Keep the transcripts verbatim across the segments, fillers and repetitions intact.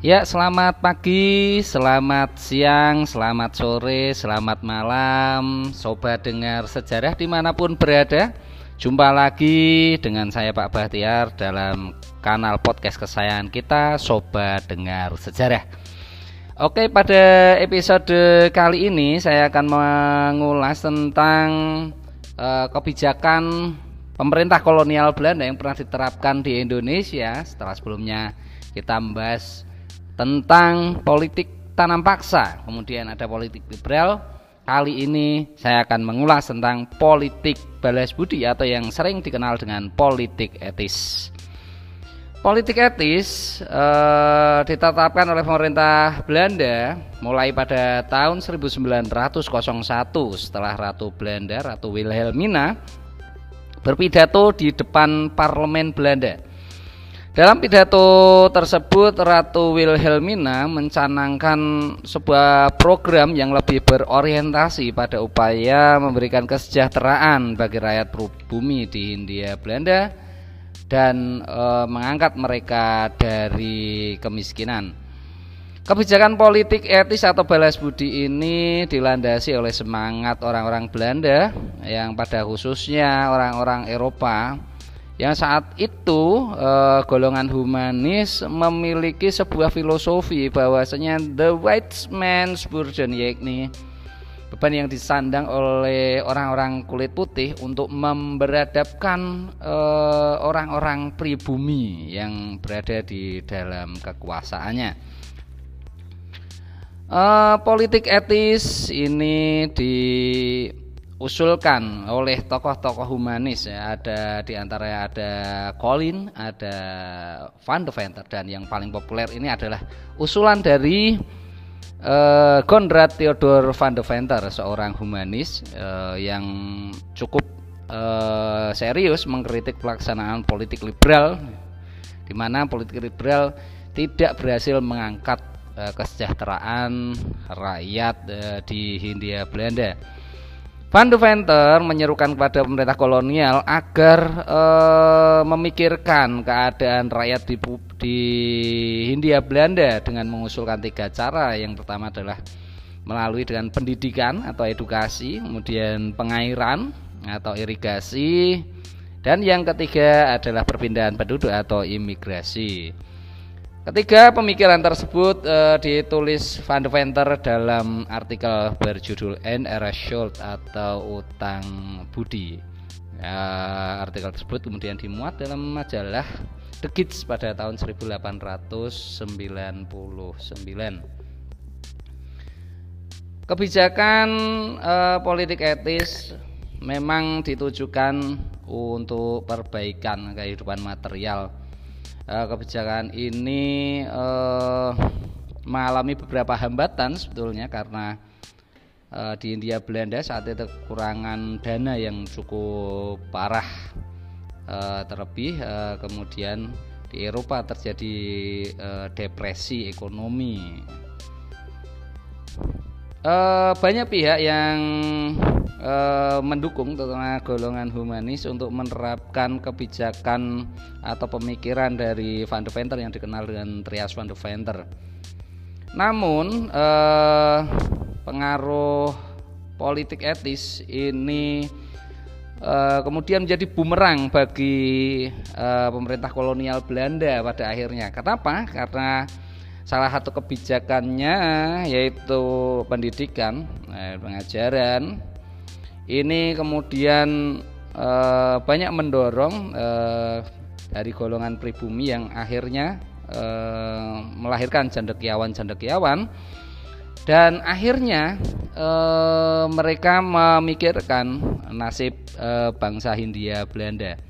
Ya, selamat pagi, selamat siang, selamat sore, selamat malam, sobat dengar sejarah dimanapun berada. Jumpa lagi dengan saya Pak Bahtiar dalam kanal podcast kesayangan kita, Sobat Dengar Sejarah. Oke, pada episode kali ini saya akan mengulas tentang uh, kebijakan pemerintah kolonial Belanda yang pernah diterapkan di Indonesia. Setelah sebelumnya kita membahas tentang politik tanam paksa, kemudian ada politik liberal. Kali ini saya akan mengulas tentang politik balas budi atau yang sering dikenal dengan politik etis. Politik etis eh, ditetapkan oleh pemerintah Belanda mulai pada tahun seribu sembilan ratus satu setelah Ratu Belanda, Ratu Wilhelmina, berpidato di depan parlemen Belanda. Dalam pidato tersebut, Ratu Wilhelmina mencanangkan sebuah program yang lebih berorientasi pada upaya memberikan kesejahteraan bagi rakyat pribumi di Hindia Belanda dan e, mengangkat mereka dari kemiskinan. Kebijakan politik etis atau balas budi ini dilandasi oleh semangat orang-orang Belanda yang pada khususnya orang-orang Eropa yang saat itu eh, golongan humanis memiliki sebuah filosofi bahwasanya the white man's burden, yakni beban yang disandang oleh orang-orang kulit putih untuk memberadabkan eh, orang-orang pribumi yang berada di dalam kekuasaannya. Eh, politik etis ini di usulkan oleh tokoh-tokoh humanis, ya. Ada diantaranya ada Colin, ada Van de Venter, dan yang paling populer ini adalah usulan dari uh, Konrad Theodor Van de Venter, seorang humanis uh, yang cukup uh, serius mengkritik pelaksanaan politik liberal, di mana politik liberal tidak berhasil mengangkat uh, kesejahteraan rakyat uh, di Hindia Belanda. Van de Venter menyerukan kepada pemerintah kolonial agar e, memikirkan keadaan rakyat di, di Hindia Belanda dengan mengusulkan tiga cara. Yang pertama adalah melalui dengan pendidikan atau edukasi, kemudian pengairan atau irigasi, dan yang ketiga adalah perpindahan penduduk atau imigrasi. Ketiga pemikiran tersebut e, ditulis Van de Venter dalam artikel berjudul An Era Schuld atau Utang Budi. Ya, artikel tersebut kemudian dimuat dalam majalah The Kids pada tahun seribu delapan ratus sembilan puluh sembilan. Kebijakan e, politik etis memang ditujukan untuk perbaikan kehidupan material. Kebijakan ini eh, mengalami beberapa hambatan sebetulnya karena eh, di Hindia Belanda saat itu kekurangan dana yang cukup parah, eh, terlebih eh, kemudian di Eropa terjadi eh, depresi ekonomi. Eh, banyak pihak yang eh, mendukung, terutama golongan humanis, untuk menerapkan kebijakan atau pemikiran dari Van de Venter yang dikenal dengan Trias Van de Venter. Namun eh, pengaruh politik etis ini eh, kemudian menjadi bumerang bagi eh, pemerintah kolonial Belanda pada akhirnya. Kenapa? Karena salah satu kebijakannya yaitu pendidikan, eh, pengajaran ini kemudian eh, banyak mendorong eh, dari golongan pribumi yang akhirnya eh, melahirkan cendekiawan-cendekiawan, dan akhirnya eh, mereka memikirkan nasib eh, bangsa Hindia Belanda.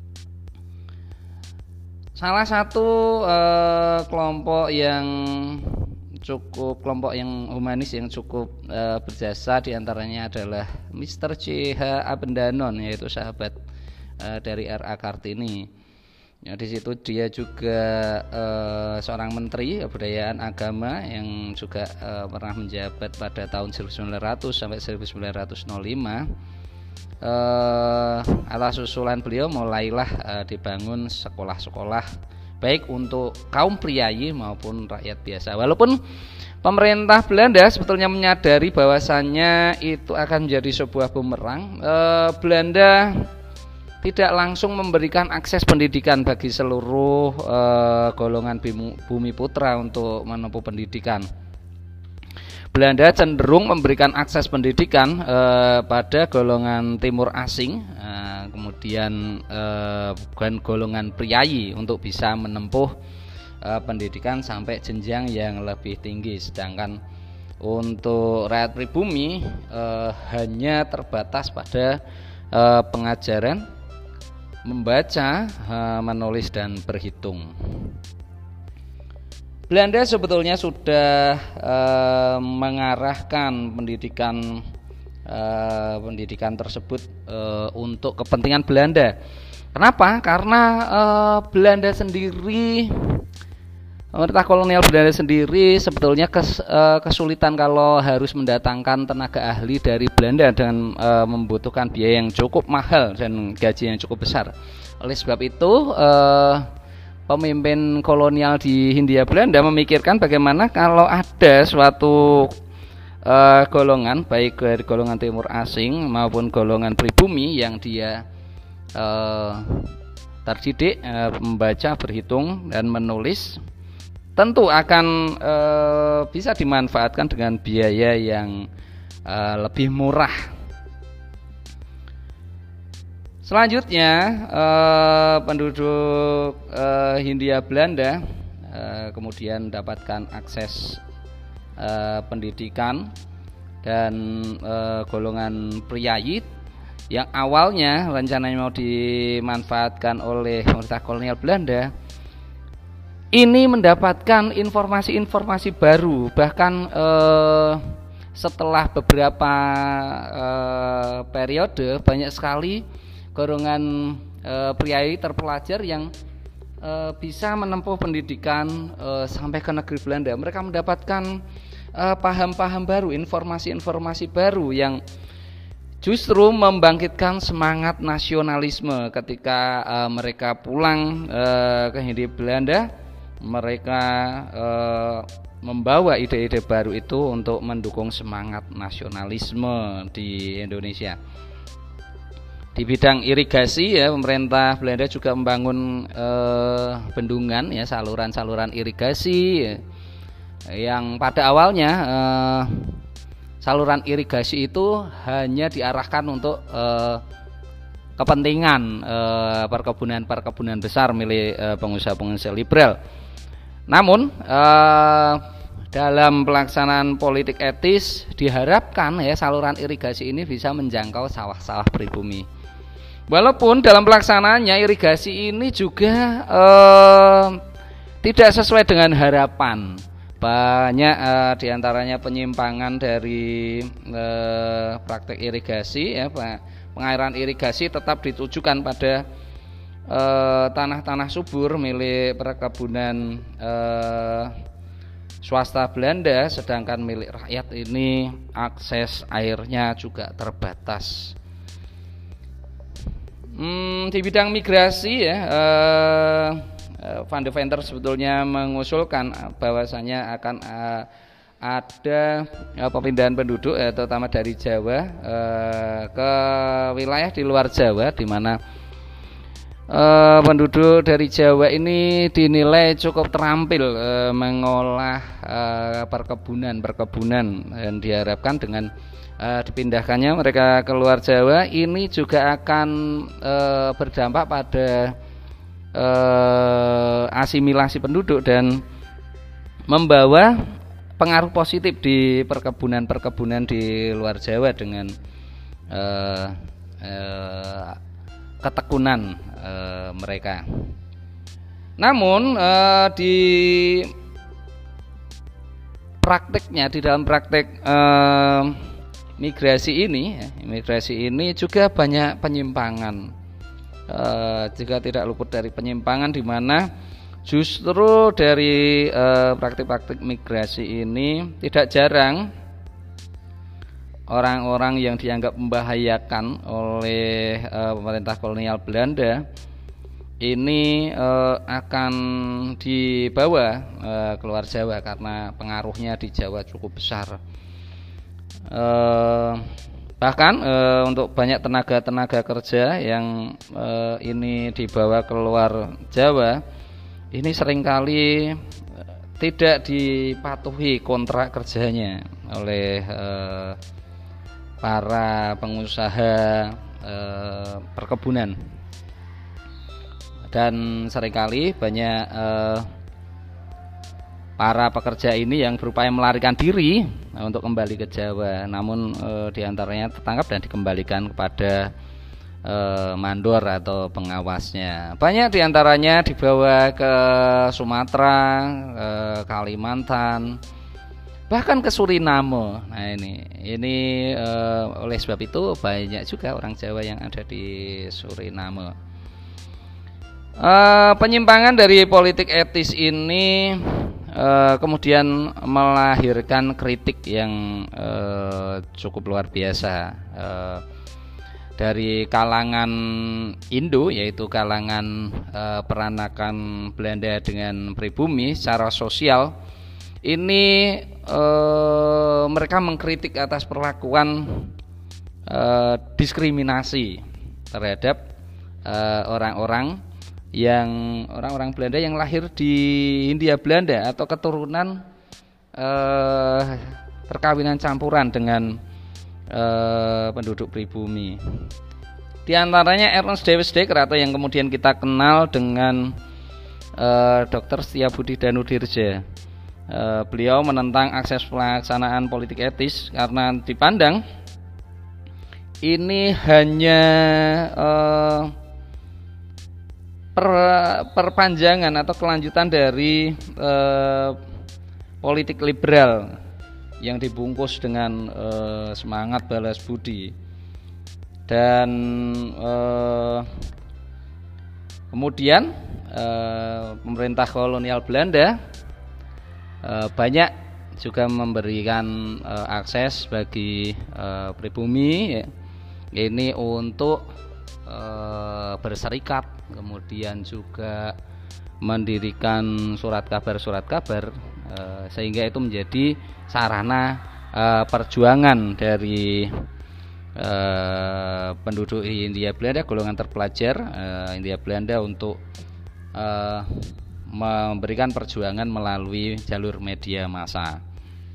Salah satu eh, kelompok yang cukup kelompok yang humanis yang cukup eh, berjasa diantaranya adalah mister C H Abendanon, yaitu sahabat eh, dari R A Kartini. Ya, di situ dia juga eh, seorang menteri kebudayaan agama yang juga eh, pernah menjabat pada tahun seribu sembilan ratus sampai seribu sembilan ratus lima. Uh, atas usulan beliau mulailah uh, dibangun sekolah-sekolah baik untuk kaum priayi maupun rakyat biasa. Walaupun pemerintah Belanda sebetulnya menyadari bahwasannya itu akan menjadi sebuah bumerang, eh, Belanda tidak langsung memberikan akses pendidikan bagi seluruh eh, golongan bumi putra untuk menempuh pendidikan. Belanda cenderung memberikan akses pendidikan eh, pada golongan timur asing, eh, kemudian eh, golongan priayi untuk bisa menempuh eh, pendidikan sampai jenjang yang lebih tinggi, sedangkan untuk rakyat pribumi eh, hanya terbatas pada eh, pengajaran membaca, eh, menulis dan berhitung. Belanda sebetulnya sudah eh, mengarahkan pendidikan eh, pendidikan tersebut eh, untuk kepentingan Belanda. Kenapa? Karena eh, Belanda sendiri, pemerintah kolonial Belanda sendiri sebetulnya kes, eh, kesulitan kalau harus mendatangkan tenaga ahli dari Belanda dengan eh, membutuhkan biaya yang cukup mahal dan gaji yang cukup besar. Oleh sebab itu, eh, pemimpin kolonial di Hindia Belanda memikirkan bagaimana kalau ada suatu uh, golongan, baik dari golongan timur asing maupun golongan pribumi yang dia uh, terdidik uh, membaca, berhitung dan menulis, tentu akan uh, bisa dimanfaatkan dengan biaya yang uh, lebih murah. Selanjutnya eh, penduduk eh, Hindia Belanda eh, kemudian mendapatkan akses eh, pendidikan dan eh, golongan priayi yang awalnya rencananya mau dimanfaatkan oleh pemerintah kolonial Belanda, ini mendapatkan informasi-informasi baru, bahkan eh, setelah beberapa eh, periode banyak sekali golongan e, priayi terpelajar yang e, bisa menempuh pendidikan e, sampai ke negeri Belanda. Mereka mendapatkan e, paham-paham baru, informasi-informasi baru yang justru membangkitkan semangat nasionalisme. Ketika e, mereka pulang e, ke Hindia Belanda, mereka e, membawa ide-ide baru itu untuk mendukung semangat nasionalisme di Indonesia. Di bidang irigasi ya, pemerintah Belanda juga membangun eh, bendungan ya, saluran-saluran irigasi ya, yang pada awalnya eh, saluran irigasi itu hanya diarahkan untuk eh, kepentingan eh, perkebunan-perkebunan besar milik eh, pengusaha-pengusaha liberal. Namun eh, dalam pelaksanaan politik etis diharapkan ya saluran irigasi ini bisa menjangkau sawah-sawah pribumi. Walaupun dalam pelaksanaannya irigasi ini juga eh, tidak sesuai dengan harapan. Banyak eh, diantaranya penyimpangan dari eh, praktek irigasi ya, pengairan irigasi tetap ditujukan pada eh, tanah-tanah subur milik perkebunan eh, swasta Belanda, sedangkan milik rakyat ini akses airnya juga terbatas. Hmm, di bidang migrasi ya, eh, Van de Venter sebetulnya mengusulkan bahwasanya akan eh, ada eh, perpindahan penduduk eh, terutama dari Jawa eh, ke wilayah di luar Jawa, di mana eh, penduduk dari Jawa ini dinilai cukup terampil eh, mengolah eh, perkebunan perkebunan dan diharapkan dengan Uh, dipindahkannya mereka keluar Jawa ini juga akan uh, berdampak pada uh, asimilasi penduduk dan membawa pengaruh positif di perkebunan-perkebunan di luar Jawa dengan uh, uh, ketekunan uh, mereka. Namun uh, di prakteknya, di dalam praktek uh, migrasi ini, migrasi ini juga banyak penyimpangan. E, juga tidak luput dari penyimpangan, di mana justru dari praktik-praktik migrasi ini tidak jarang orang-orang yang dianggap membahayakan oleh e, pemerintah kolonial Belanda ini eh, akan dibawa eh, keluar Jawa karena pengaruhnya di Jawa cukup besar. Eh, bahkan eh, untuk banyak tenaga-tenaga kerja yang eh, ini dibawa keluar Jawa, ini seringkali eh, tidak dipatuhi kontrak kerjanya oleh eh, para pengusaha eh, perkebunan. Dan seringkali banyak eh, para pekerja ini yang berupaya melarikan diri nah, untuk kembali ke Jawa, namun eh, diantaranya tertangkap dan dikembalikan kepada eh, mandor atau pengawasnya. Banyak diantaranya dibawa ke Sumatera, eh, Kalimantan, bahkan ke Suriname. Nah ini, ini eh, oleh sebab itu banyak juga orang Jawa yang ada di Suriname. Uh, penyimpangan dari politik etis ini uh, kemudian melahirkan kritik yang uh, cukup luar biasa uh, dari kalangan Indo, yaitu kalangan uh, peranakan Belanda dengan pribumi secara sosial. Ini uh, mereka mengkritik atas perlakuan uh, diskriminasi terhadap uh, orang-orang yang orang-orang Belanda yang lahir di Hindia Belanda atau keturunan eh, perkawinan campuran dengan eh, penduduk pribumi. Di antaranya Ernst Davis Dekker atau yang kemudian kita kenal dengan eh, dokter Setiabudi Danudirja. Eh, beliau menentang akses pelaksanaan politik etis karena dipandang ini hanya eh, Per, perpanjangan atau kelanjutan dari eh, politik liberal yang dibungkus dengan eh, semangat balas budi. Dan eh, kemudian eh, pemerintah kolonial Belanda eh, banyak juga memberikan eh, akses bagi eh, pribumi ya, ini untuk eh, berserikat, kemudian juga mendirikan surat kabar-surat kabar eh, sehingga itu menjadi sarana eh, perjuangan dari eh, penduduk Hindia Belanda, golongan terpelajar eh, Hindia Belanda untuk eh, memberikan perjuangan melalui jalur media massa.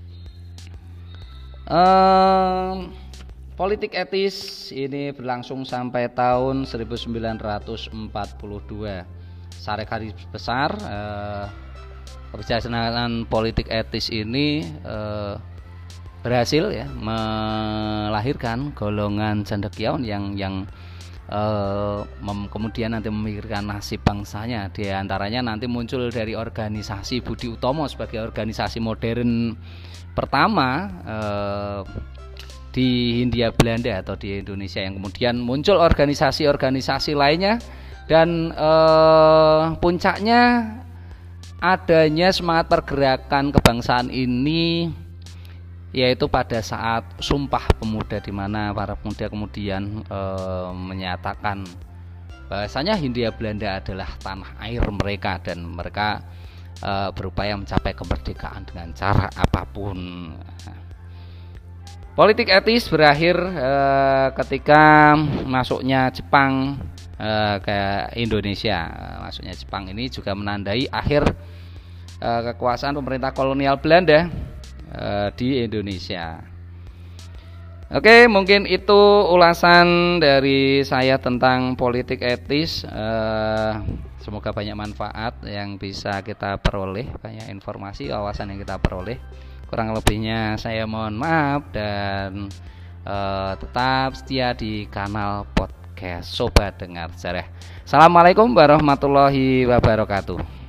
Eh, Politik etis ini berlangsung sampai tahun seribu sembilan ratus empat puluh dua. Secara garis besar eh, kebijaksanaan politik etis ini eh, berhasil ya melahirkan golongan cendekiawan yang yang eh, mem, kemudian nanti memikirkan nasib bangsanya. Di antaranya nanti muncul dari organisasi Budi Utomo sebagai organisasi modern pertama eh, di Hindia Belanda atau di Indonesia, yang kemudian muncul organisasi-organisasi lainnya dan eh, puncaknya adanya semangat pergerakan kebangsaan ini yaitu pada saat Sumpah Pemuda, di mana para pemuda kemudian eh, menyatakan bahwasanya Hindia Belanda adalah tanah air mereka dan mereka eh, berupaya mencapai kemerdekaan dengan cara apapun. Politik etis berakhir eh, ketika masuknya Jepang eh, ke Indonesia. Masuknya Jepang ini juga menandai akhir eh, kekuasaan pemerintah kolonial Belanda eh, di Indonesia. Oke, mungkin itu ulasan dari saya tentang politik etis. Eh, semoga banyak manfaat yang bisa kita peroleh, banyak informasi, wawasan yang kita peroleh. Kurang lebihnya saya mohon maaf dan uh, tetap setia di kanal podcast Sobat Dengar Sejarah. Assalamualaikum warahmatullahi wabarakatuh.